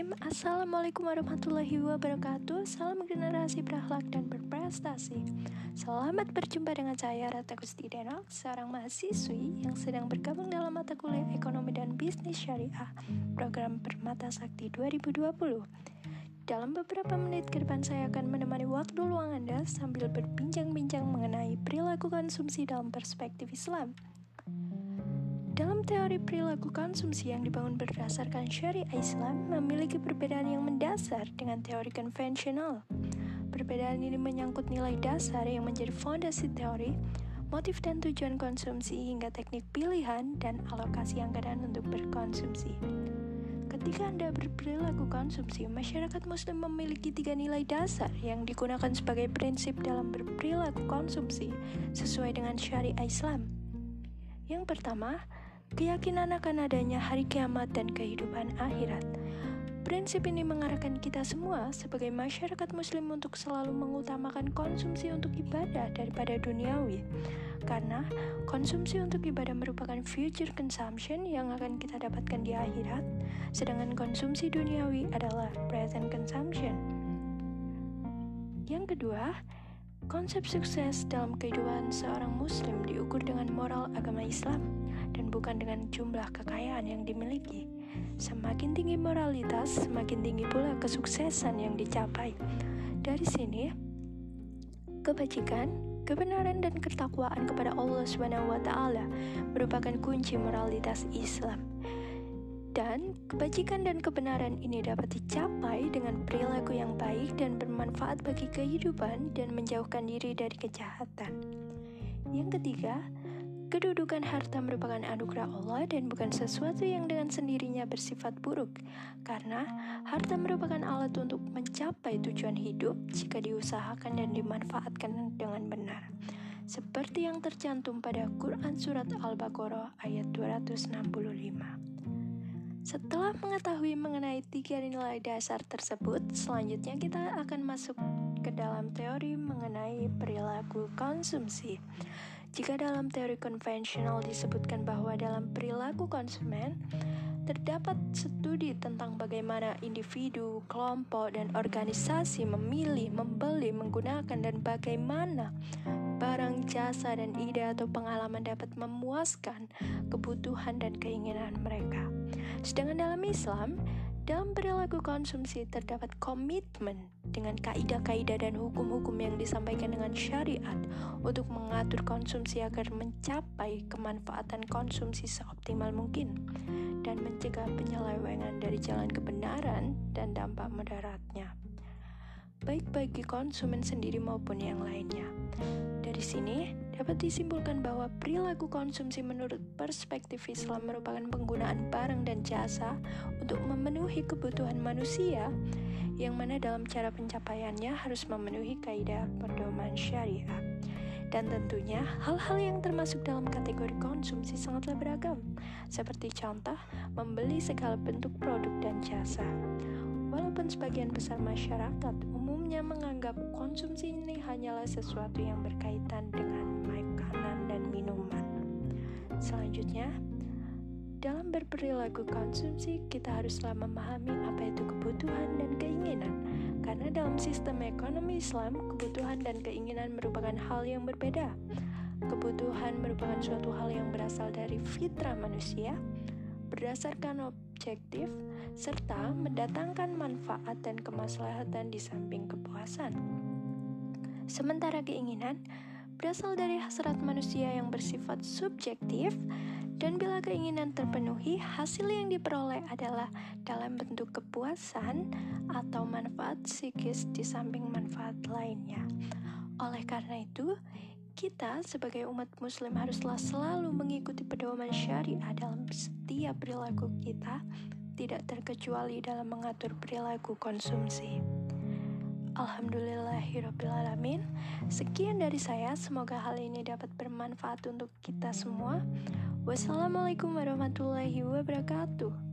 Bismillahirrahmanirrahim. Assalamualaikum warahmatullahi wabarakatuh. Salam generasi berakhlak dan berprestasi. Selamat berjumpa dengan saya Rata Gusti Denok, seorang mahasiswi yang sedang bergabung dalam mata kuliah Ekonomi dan Bisnis Syariah Program Permata Sakti 2020. Dalam beberapa menit ke depan saya akan menemani waktu luang Anda sambil berbincang-bincang mengenai perilaku konsumsi dalam perspektif Islam. Dalam teori perilaku konsumsi yang dibangun berdasarkan syariah Islam memiliki perbedaan yang mendasar dengan teori konvensional. Perbedaan ini menyangkut nilai dasar yang menjadi fondasi teori, motif dan tujuan konsumsi hingga teknik pilihan dan alokasi anggaran untuk berkonsumsi. Ketika Anda berperilaku konsumsi, masyarakat Muslim memiliki 3 nilai dasar yang digunakan sebagai prinsip dalam berperilaku konsumsi sesuai dengan syariah Islam. Yang pertama, keyakinan akan adanya hari kiamat dan kehidupan akhirat. Prinsip ini mengarahkan kita semua sebagai masyarakat Muslim untuk selalu mengutamakan konsumsi untuk ibadah daripada duniawi. Karena konsumsi untuk ibadah merupakan future consumption yang akan kita dapatkan di akhirat, sedangkan konsumsi duniawi adalah present consumption. Yang kedua, konsep sukses dalam kehidupan seorang Muslim diukur dengan moral agama Islam dan bukan dengan jumlah kekayaan yang dimiliki. Semakin tinggi moralitas, semakin tinggi pula kesuksesan yang dicapai. Dari sini, kebajikan, kebenaran dan ketakwaan kepada Allah SWT merupakan kunci moralitas Islam. Dan kebajikan dan kebenaran ini dapat dicapai dengan perilaku yang baik dan bermanfaat bagi kehidupan dan menjauhkan diri dari kejahatan. Yang ketiga, kedudukan harta merupakan anugerah Allah dan bukan sesuatu yang dengan sendirinya bersifat buruk, karena harta merupakan alat untuk mencapai tujuan hidup jika diusahakan dan dimanfaatkan dengan benar. Seperti yang tercantum pada Quran Surat Al-Baqarah ayat 265. Setelah mengetahui mengenai 3 nilai dasar tersebut, selanjutnya kita akan masuk ke dalam teori mengenai perilaku konsumsi. Jika dalam teori konvensional disebutkan bahwa dalam perilaku konsumen, terdapat studi tentang bagaimana individu, kelompok, dan organisasi memilih, membeli, menggunakan, dan bagaimana barang, jasa, dan ide atau pengalaman dapat memuaskan kebutuhan dan keinginan mereka. Sedangkan dalam Islam, dalam perilaku konsumsi terdapat komitmen dengan kaidah-kaidah dan hukum-hukum yang disampaikan dengan syariat untuk mengatur konsumsi agar mencapai kemanfaatan konsumsi seoptimal mungkin dan mencegah penyelewengan dari jalan kebenaran dan dampak mudaratnya, baik bagi konsumen sendiri maupun yang lainnya. Dari sini dapat disimpulkan bahwa perilaku konsumsi menurut perspektif Islam merupakan penggunaan barang dan jasa untuk memenuhi kebutuhan manusia, yang mana dalam cara pencapaiannya harus memenuhi kaidah pedoman syariah. Dan tentunya hal-hal yang termasuk dalam kategori konsumsi sangatlah beragam, seperti contoh membeli segala bentuk produk dan jasa. Walaupun sebagian besar masyarakat umumnya menganggap konsumsi ini hanyalah sesuatu yang berkaitan dengan makanan dan minuman. Selanjutnya, dalam berperilaku konsumsi kita haruslah memahami apa itu kebutuhan dan keinginan, karena dalam sistem ekonomi Islam, kebutuhan dan keinginan merupakan hal yang berbeda. Kebutuhan merupakan suatu hal yang berasal dari fitrah manusia, berdasarkan objektif, serta mendatangkan manfaat dan kemaslahatan di samping kepuasan. Sementara keinginan berasal dari hasrat manusia yang bersifat subjektif, dan bila keinginan terpenuhi, hasil yang diperoleh adalah dalam bentuk kepuasan atau manfaat psikis di samping manfaat lainnya. Oleh karena itu, kita sebagai umat muslim haruslah selalu mengikuti pedoman syariah dalam setiap perilaku kita, tidak terkecuali dalam mengatur perilaku konsumsi. Alhamdulillahirrabbilalamin. Sekian dari saya, semoga hal ini dapat bermanfaat untuk kita semua. Wassalamualaikum warahmatullahi wabarakatuh.